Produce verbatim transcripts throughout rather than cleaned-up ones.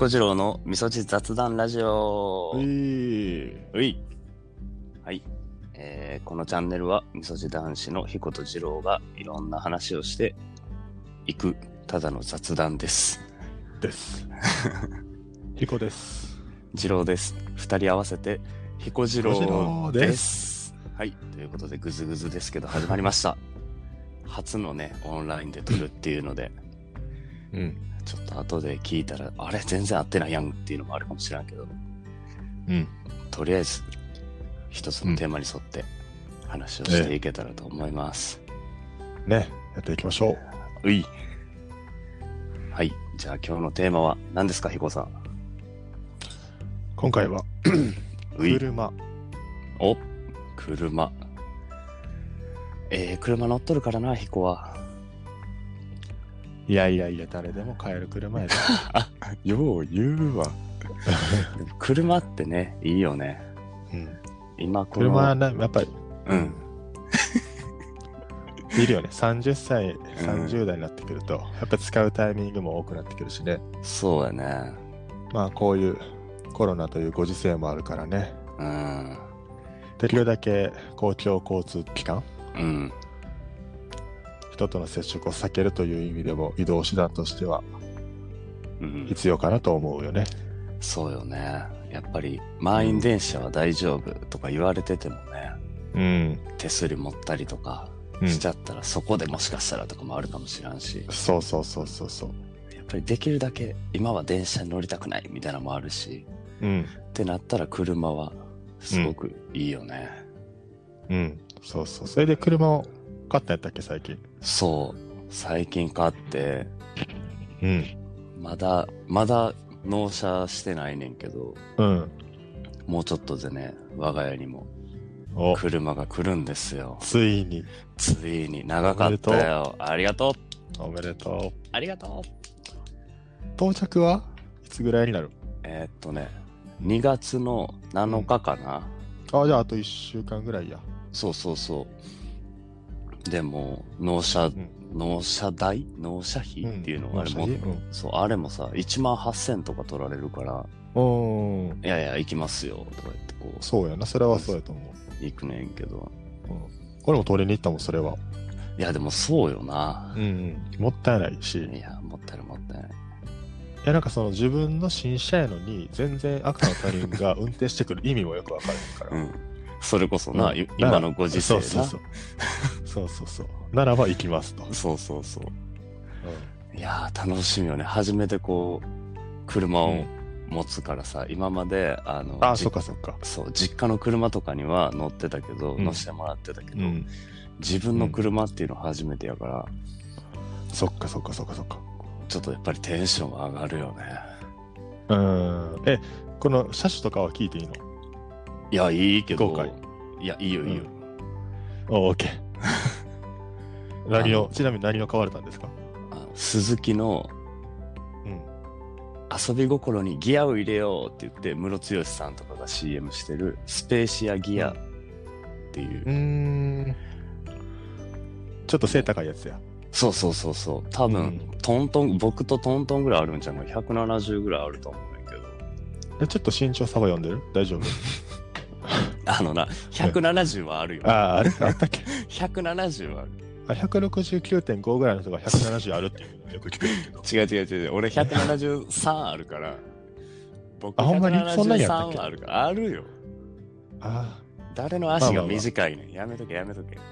彦次郎のみそじ雑談ラジオ。 ういういはい、えー、このチャンネルはみそじ男子の彦と次郎がいろんな話をしていくただの雑談ですです彦です次郎です。二人合わせて彦次郎です。はい、ということでグズグズですけど始まりました初のねオンラインで撮るっていうのでうんちょっと後で聞いたらあれ全然合ってないやんっていうのもあるかもしれんけど、 うん、 とりあえず一つのテーマに沿って話をしていけたらと思います、 うん、ねやっていきましょう。ういはい、じゃあ今日のテーマは何ですか彦さん。 今回は車。 お車えー、車乗っとるからな彦は。 いやいやいや誰でも買える車やでよう言うわ車ってねいいよね、 うん、 今この車はなやっぱりうんいるよね。さんじゅっさいさんじゅう代になってくると、うん、やっぱ使うタイミングも多くなってくるしね。 そうやね。 まあこういうコロナというご時世もあるからね、 うん、 できるだけ公共交通機関、 うん、 人との接触を避けるという意味でも移動手段としては必要かなと思うよね、 うん、そうよね。やっぱり満員電車は大丈夫とか言われててもね、うん、手すり持ったりとかしちゃったら、うん、そこでもしかしたらとかもあるかもしれんし、 そうそうそうそうそう、 やっぱりできるだけ今は電車に乗りたくないみたいなのもあるし、 うん、 ってなったら車はすごくいいよね。 うん、うん、そうそう。それで車を買ったんやったっけ最近。 そう最近買って、 うん、 まだまだ納車してないねんけど、 うん、 もうちょっとでね我が家にも車が来るんですよ。 ついについに長かったよ。ありがとう。 おめでとう。 ありがとう。 到着はいつぐらいになる？ えー、っとねにがつのなのかかな、 うん、あじゃああといっしゅうかんぐらいや。 そうそうそうでも納車、うん、納車代納車費っていうのがあれも、うん、そうあれもさいちまんはっせんとか取られるから、 うん、 いやいや行きますよとか言ってこう。 そうやな、それはそうやと思う。 行くねんけど、 うん、俺も取りに行ったもんそれは。 いやでもそうよな、 うん、うん、もったいないし。 いやもったいないもったいない。 いやなんかその自分の新車やのに全然赤の他人が運転してくる意味もよくわかるから、 うん、それこそな、うん、今のご時世な。 そうそうそうそうそうそうならば行きますと。 そうそうそう、うん、いやー楽しみよね。初めてこう車を持つからさ、うん、今まであのあそっかそっかそう実家の車とかには乗ってたけど、うん、乗せてもらってたけど、うん、自分の車っていうの初めてやから、 うん、そっかそっかそっかそっかちょっとやっぱりテンションが上がるよね。 うーんえこの車種とかは聞いていいの？ いやいいけどいやいいよいいよ、 うん、おー OK 何のちなみに何の買われたんですか？ あスズキの、うん、遊び心にギアを入れようって言ってムロツヨシさんとかが シーエム してるスペーシアギアっていう、 うん、うーんちょっと背高いやつや。 そうそうそうそう多分、うん、トントン僕とトントンぐらいあるんちゃうか。ひゃくななじゅうぐらいあると思うんだけど。 ちょっと身長差は読んでる？大丈夫？ あのなひゃくななじゅうはあるよ。 あああれあったっけ？ ひゃくななじゅうはある。 あ ひゃくろくじゅうきゅうてんご ぐらいの人がひゃくななじゅうあるっていうのよく聞くけど。 違う違う違う俺ひゃくななじゅうさんあるから僕あほんまにそんなんやったっけ？ ひゃくななじゅうさんあるからあるよ。 あ誰の足が短いねん、まあまあまあ、やめとけやめとけ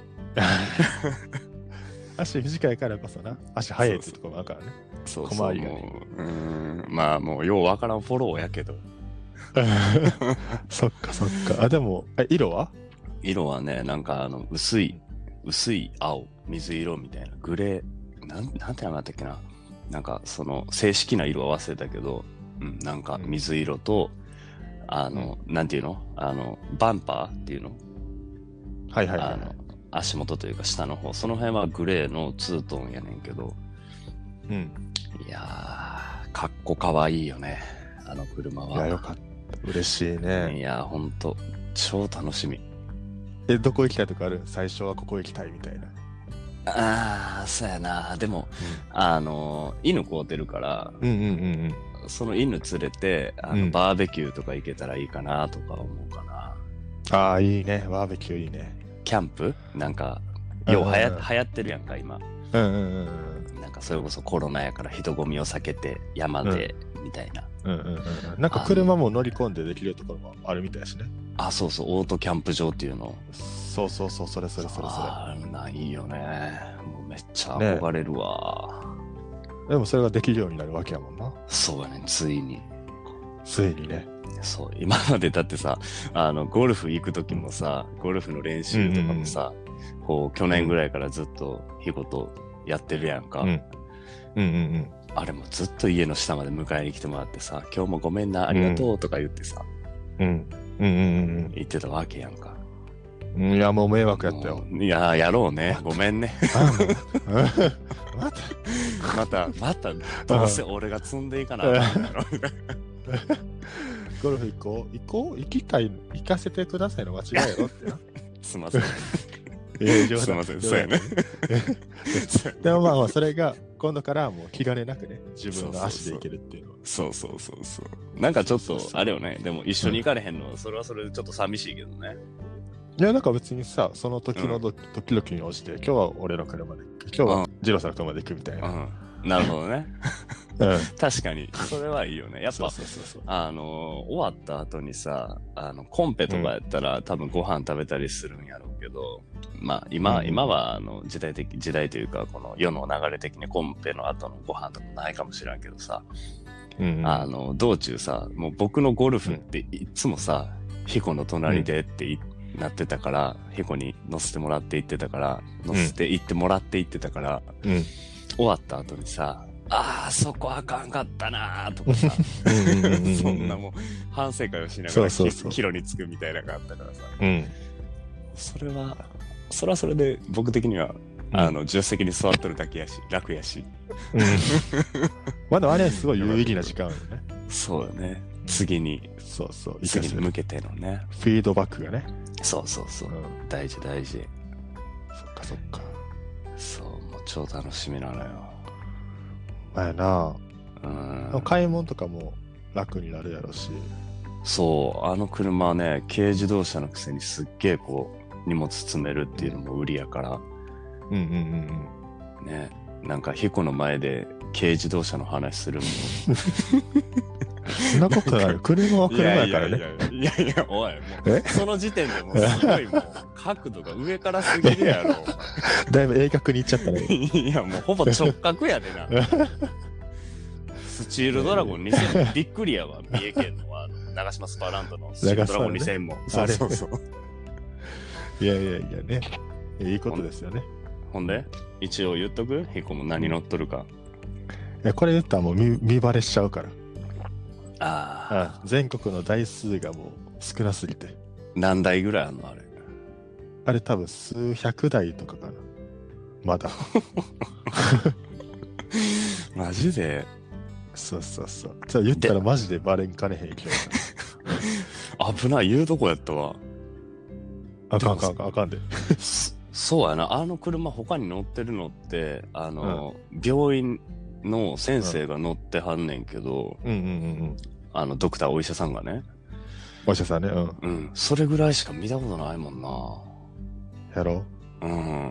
足短いからこそな足速いってとこもあるからね。 そうそう小回りがね。うーんまあもうようわからんフォローやけどそっかそっか。あでもえ色は色はねなんかあの薄い薄い青水色みたいなグレーなんなんて名前だったっけな。なんかその正式な色は忘れたけど、うん、なんか水色と、うん、あの、うん、なんていうのあのバンパーっていうのはいはいはい、はい、 あの足元というか下の方その辺はグレーのツートーンやねんけど、うん、いやーかっこかわいいよねあの車は。 いやよかった嬉しいね。 いやほんと超楽しみ。 えどこ行きたいとかある？最初はここ行きたいみたいな。 ああそうやなでも、うん、あの犬飼うてるから、 うんうんうんうん、 その犬連れてあの、 うんバーベキューとか行けたらいいかなとか思うかな。 ああ、いいね。バーベキューいいね。 キャンプなんかようはや、 うんうんうん流行ってるやんか今。 うんうんうんうん。 なんかそれこそコロナやから人混みを避けて山で、みたいな。 うんうんうんうん。なんか車も乗り込んでできるところもあるみたいですね。 あ、そうそう、オートキャンプ場っていうの。 そうそうそう、それそれそれそれ。 ああ、ないよね。もうめっちゃ憧れるわ、 ね。でもそれができるようになるわけやもんな。 そうやね、ついに。 ついにね。 そう、今までだってさ、あの、ゴルフ行く時もさ、ゴルフの練習とかもさ、うんうん、こう、去年ぐらいからずっとヒコとやってるやんか。うん、うんうんうんあれもずっと家の下まで迎えに来てもらってさ、今日もごめんな、ありがとうとか言ってさ、うん、うんうんうんうん言ってたわけやんか。 いや、もう迷惑やったよ。 いや、やろうね。ごめんね。 またまた、また、どうせ俺が積んでいかなあかんやろ。 ゴルフ行こう行こう行きたい、行かせてくださいの間違いやろってな。 すいません。 えー、 すいません、そうやね。 でもまあまあ、それが今度からもう気兼ねなくね、自分の足で行けるっていうのは。 そうそうそうそう。なんかちょっと、あれよね、でも一緒に行かれへんの、それはそれでちょっと寂しいけどね。 いや、なんか別にさ、その時のど、うん、時々に応じて、今日は俺の車で、今日はジローさんの車で行くみたいな。 うんうん、なるほどね。うん、確かに、それはいいよね。やっぱ、 そうそうそうそう、 あのー、終わった後にさ、あの、コンペとかやったら、うん、多分ご飯食べたりするんやろうけど、まあ、今、うん、今は、あの、時代的、時代というか、この世の流れ的にコンペの後のご飯とかないかもしれんけどさ、うんうん、あの、道中さ、もう僕のゴルフっていつもさ、ヒコの隣でって言って、なってたから、ヒコに乗せてもらって行ってたから、乗せて行ってもらって行ってたから、うん、終わった後にさ、ああ、そこあかんかったなーとかさ、そんなもう反省会をしながら帰路に着くみたいなのがあったからさ、うん、それは、それはそれで僕的には、うん、あの、助手席に座っとるだけやし、楽やし。 うん、まだあれすごい有意義な時間よね。 そうだね。次に、 そうそう、 次に向けてのね。 フィードバックがね。 そうそうそう。うん、大事大事。 そっかそっか。 そう、もう超楽しみなのよ。 まあやな。うん。買い物とかも楽になるやろし。 そう、あの車はね、軽自動車のくせにすっげえこう、荷物積めるっていうのも売りやから。うんうんうんうん。ね、なんかヒコの前で軽自動車の話するもん。 そんなことない。車は車やからね。 いやいやいや、おい、もう、その時点でもうすごいもう、角度が上からすぎるやろ。 だいぶ鋭角に行っちゃったね。 いや、もうほぼ直角やでな。スチールドラゴンにせんびっくりやわ。三重県のあの長島スパーランドのスチールドラゴンにせんも。そうそうそう。 いやいやいやね。いいことですよね。 ほんで、一応言っとく？ヒコも何乗っとるか。 いや、これ言ったらもう 見, 見バレしちゃうから。 ああ、全国の台数がもう少なすぎて。 何台ぐらいあんのあれ。 あれ多分数百台とかかな。まだ。 マジで。 そうそうそう。じゃあ言ったらマジでバレんかねへんけど。危ない、言うとこやったわ。 あかんあかんあかんあかんで。 そうやな、あの車他に乗ってるのって、あの、うん、病院の先生が乗ってはんねんけど、うんうんうんうん、あのドクターお医者さんがね、 お医者さんね、うん、 うん、それぐらいしか見たことないもんな。 やろ？ うん、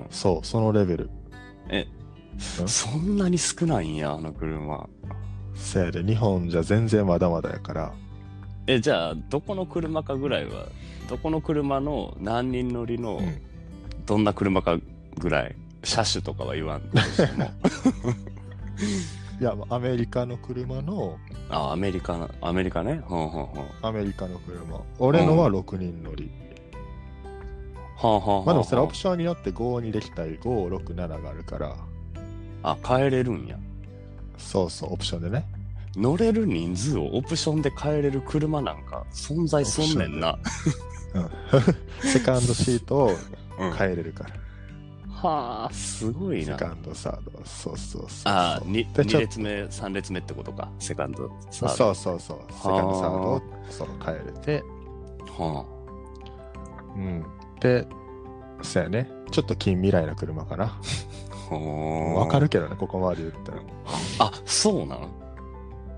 そう、そのレベル。 え、うん、そんなに少ないんや、あの車。 せやで、日本じゃ全然まだまだやから。 え、じゃあどこの車かぐらいは、どこの車の何人乗りの、うん、どんな車かぐらい、車種とかは言わんとしても。 いや、アメリカの車の。 あ、アメリカ、アメリカね。ほんほんほん。 アメリカの車。俺のはろくにん乗り。 はあはあはあ。 まあでもそれオプションによってごにできたりご、ろく、なながあるから。 あ、変えれるんや。 そうそう、オプションでね。 乗れる人数をオプションで変えれる車なんか存在すんねんな。 うん、セカンドシートを変えれるから。 うん、はあ、すごいな。 セカンド、サード。そうそうそう。 ああ、に列目、さん列目ってことか。セカンド、サード。 そうそうそう。セカンド、サードをそう変えれて。 はあ。うん。で、そうやね。ちょっと近未来な車かな。わかるけどね、ここまで言ったら。 あ、そうなの？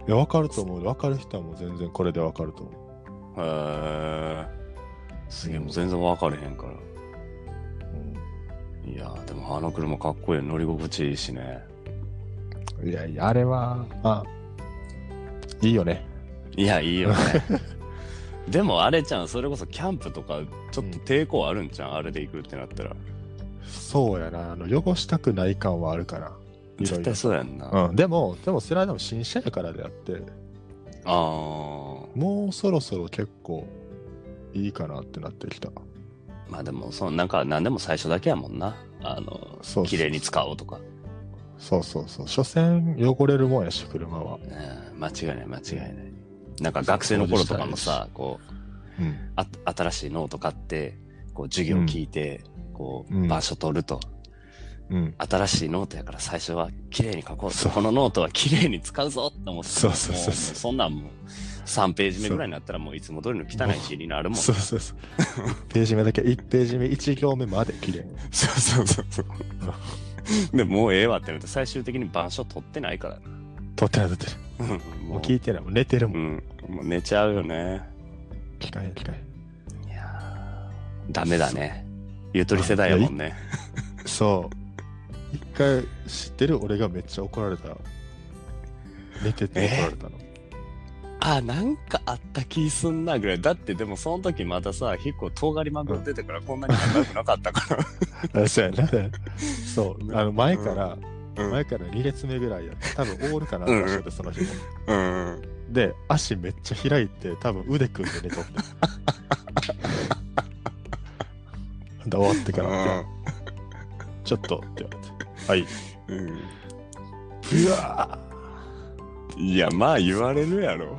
いや、わかると思う。わかる人はもう全然これでわかると思う。 へえ。すげえ、もう全然分かれへんから。 うん、 いやー、でもあの車かっこいい。乗り心地いいしね。 いやいや、あれは、あ、いいよね。 いや、いいよね。でもあれちゃん、それこそキャンプとかちょっと抵抗あるんちゃん、うん、あれで行くってなったら。 そうやな。あの汚したくない感はあるから。 絶対そうやんな。 うん。でも、でもそれはでも新車やからであって。 ああ。 もうそろそろ結構いいかなってなってきた。 まあでも、そのなんか何でも最初だけやもんな。あの、そうそうそう、綺麗に使おうとか。 そうそうそう。所詮汚れるもんやし、車は。 ね、間違いない間違いない。なんか学生の頃とかもさ、こう、うん、あ新しいノート買って、こう授業聞いて、うん、こう、板書取ると。うん、新しいノートやから最初は綺麗に書こうと。このノートは綺麗に使うぞって思って。 そうそうそうそう。 そんなんもうさんページ目ぐらいになったらもういつも通りの汚い字になるもん。 そうそうそう。いちページ目だけ、いちページ目いち行目まで綺麗。 そうそうそうそう。でももうええわってなって最終的に板書取ってないからな。 取ってない取ってない。もう聞いてない。もう寝てるもん。うん、 もう寝ちゃうよね。 機械機械。 いやー、ダメだね。ゆとり世代やもんね。 そう。一回知ってる俺がめっちゃ怒られた。寝てて怒られたの。 あ、なんかあった気すんなぐらい。だってでもその時またさ、結構尖りまくっててからこんなに仲良くなかったから。 そうやな。そう。あの前から、うん、前からに列目ぐらいやって、多分オールかなってしてて、その日も。うん、で、足めっちゃ開いて、多分腕組んで寝とって。で、終わってから、うん、ちょっとって言われて。はい。うん。うわーいや、まあ言われるやろ。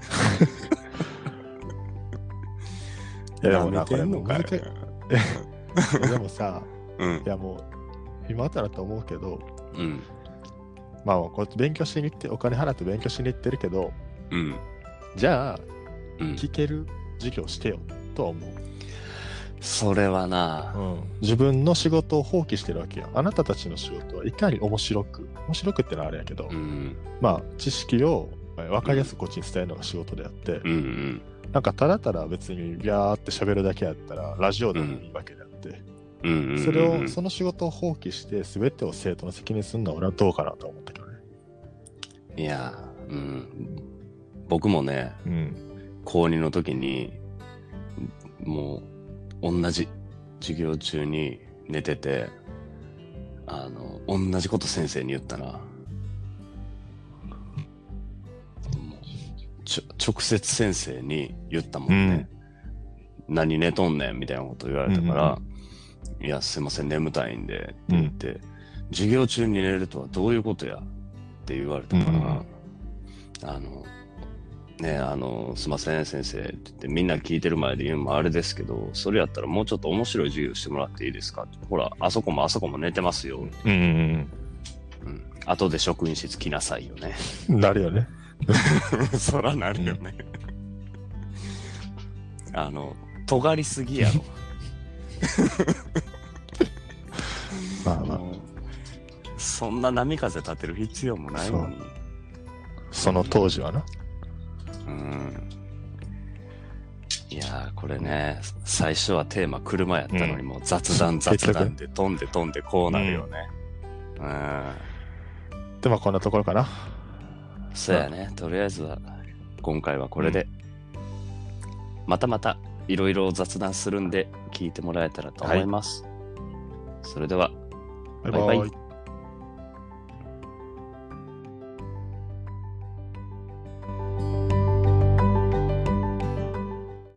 いや、でもな、これも難しい。でもさ、うん、いやもう、今だと思うけど、うん、まあ、こう勉強しに行って、お金払って勉強しに行ってるけど、うん、じゃあ、うん、聞ける授業してよ、とは思う。 それはな、 うん、自分の仕事を放棄してるわけや。あなたたちの仕事はいかに面白く、面白くってのはあれやけど、うん、まあ知識を分かりやすくこっちに伝えるのが仕事であって、うんうん、なんかただただ別にギャーって喋るだけやったらラジオでもいいわけであって、うん、それをその仕事を放棄して全てを生徒の責任するのは俺はどうかなと思ったけどね。 いや、うん、僕もね、うん、高にの時にもう同じ授業中に寝てて、あの、同じこと先生に言ったな。もうちょ直接先生に言ったもんね。うん、何寝とんねんみたいなこと言われたから、うん、いや、すいません、眠たいんで、って言って、うん、授業中に寝るとはどういうことやって言われたから、うん、あの、ね、あの、すいません先生って言ってみんな聞いてる前で言うのもあれですけど、それやったらもうちょっと面白い授業してもらっていいですかって。ほら、あそこもあそこも寝てますよ。うんうんうん。うん。後で職員室来なさいよね。 なるよね。 そらなるよね。うん、あの、尖りすぎやろ。まあまあ。そんな波風立てる必要もないのに。 そ, その当時はな。 うん、いやーこれね、最初はテーマ車やったのに、もう雑談雑談で飛んで飛んでこうなるよね。うん。うん、 でもこんなところかな。 そうやね。とりあえずは今回はこれで、うん、またまたいろいろ雑談するんで聞いてもらえたらと思います。はい、それではバイバイ。バイバイ。